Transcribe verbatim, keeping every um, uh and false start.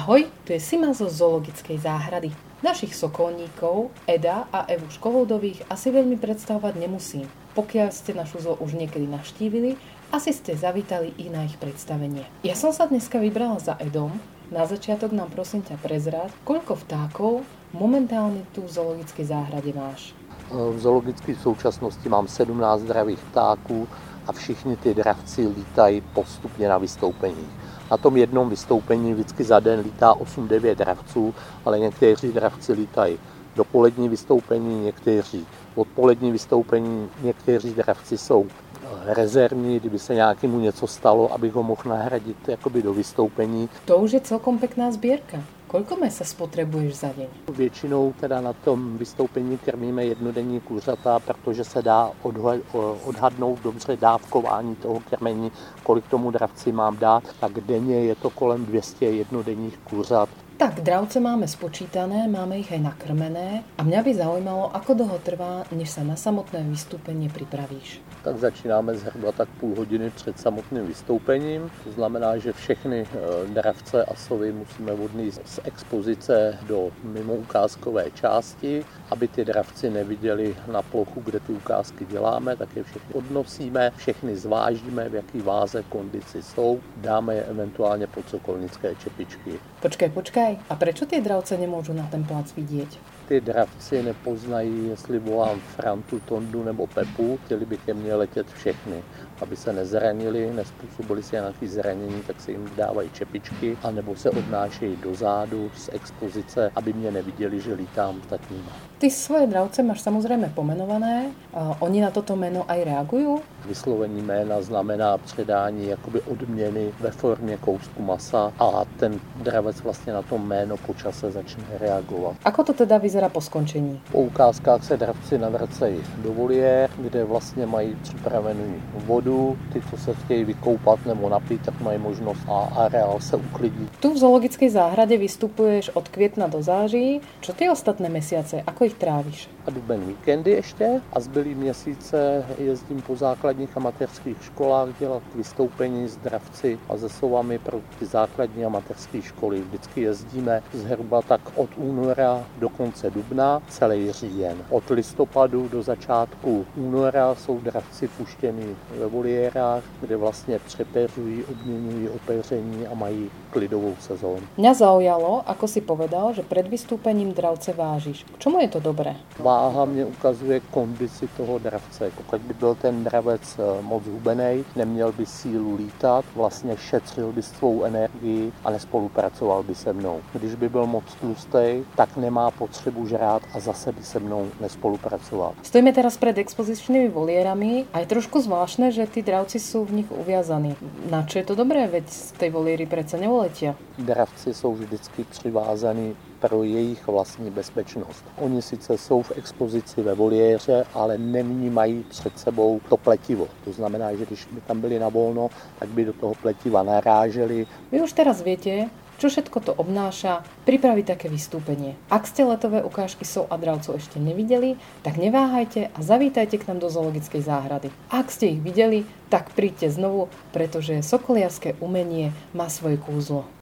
Ahoj, tu je Sima zo zoologickej záhrady. Našich sokolníkov, Eda a Evu Škovoldových asi veľmi predstavovať nemusím. Pokiaľ ste našu zoo už niekedy navštívili, asi ste zavítali i na ich predstavenie. Ja som sa dneska vybrala za Edom. Na začiatok nám prosím ťa prezráť, koľko vtákov momentálne tu v zoologickej záhrade máš. V zoologické současnosti mám sedmnáct zdravých ptáků a všichni ty dravci lítají postupně na vystoupení. Na tom jednom vystoupení vždycky za den lítá osm devět dravců, ale někteří dravci lítají dopolední vystoupení, někteří odpolední vystoupení, někteří dravci jsou rezervní, kdyby se nějakému něco stalo, abych ho mohl nahradit jakoby do vystoupení. To už je celkom pekná zbierka. Koľko mesa spotrebuješ za deň? Většinou teda na tom vystoupení krmíme jednodenní kuřata, protože se dá odhadnout dobře dávkování toho krmení, kolik tomu dravci mám dát, tak denně je to kolem dvě stě jednodenních kuřat. Tak, dravce máme spočítané, máme ich aj nakrmené a mňa by zaujímalo, ako dlho trvá, než sa na samotné vystúpenie pripravíš. Tak začínáme zhruba tak půl hodiny před samotným vystoupením. To znamená, že všechny dravce a sovy musíme odníst z expozice do mimoukázkové části, aby ty dravci neviděli na plochu, kde ty ukázky děláme, tak je všechny odnosíme, všechny zvážíme, v jaký váze, kondici jsou, dáme je eventuálně pod sokolnické čepičky. Počkaj, počkaj, a prečo tie dravce nemôžu na ten plac vidieť? Ty dravci nepoznají, jestli volám Frantu, Tondu nebo Pepu, chtěli by ke mně letět všechny, aby se nezranili, nezpůsobili si nějaké zranění, tak se jim dávají čepičky, anebo se odnášejí do zádu z expozice, aby mě neviděli, že lítám ostatníma. Ty svoje dravce máš samozrejme pomenované, a oni na toto meno aj reagujú? Vyslovení jména znamená předání jakoby odměny ve formě kousku masa a ten dravec vlastně na to jméno po čase začne reagovat. Ako to teda vyzerá po skončení? Po ukázkách se dravci navracejí do voliér, kde vlastně mají připravenou vodu. Ty, co se chtějí vykoupat nebo napít, tak mají možnost a areál se uklidí. Tu v zoologickej záhrade vystupuješ od května do září. Čo ty ostatné mesiace? Ako ich trávíš? A duben víkendy ještě a zbylý měsíce jezdím po základních a mateřských školách dělat vystoupení s dravci a se sovami pro ty základní a mateřské školy. Vždycky jezdíme zhruba tak od února do konce dubna, celý říjen. Od listopadu do začátku února jsou dravci puštěni ve voliérách, kde vlastně přepeřují, obměňují opeření a mají klidovou sezónu. Mňa zaujalo, ako si povedal, že pred vystúpením dravce vážiš. K čomu je to dobré? Váha mě ukazuje kondici toho dravce. Pokud by byl ten dravec moc hubenej, neměl by sílu lítat, vlastně šetřil by svou energii a nespolupracoval by se mnou. Když by byl moc tlustej, tak nemá potřebu žrát a zase by se mnou nespolupracoval. Stojíme teraz pred expozičnými volierami a je trošku zvláštne, že tí dravci sú v nich uviazaní. Na čo je to dobré, veď z tej voliery predsa neuletia? Dravci jsou vždycky přivázaní pro jejich vlastní bezpečnost. Oni sice jsou v expozici ve voliéře, ale nevnímají před sebou to pletivo. To znamená, že když by tam byli na volno, tak by do toho pletiva naráželi. Vy už teraz viete, čo všetko to obnáša pripraviť také vystúpenie. Ak ste letové ukážky sov a dravcov ešte nevideli, tak neváhajte a zavítajte k nám do zoologickej záhrady. Ak ste ich videli, tak príďte znovu, pretože sokoliarské umenie má svoje kúzlo.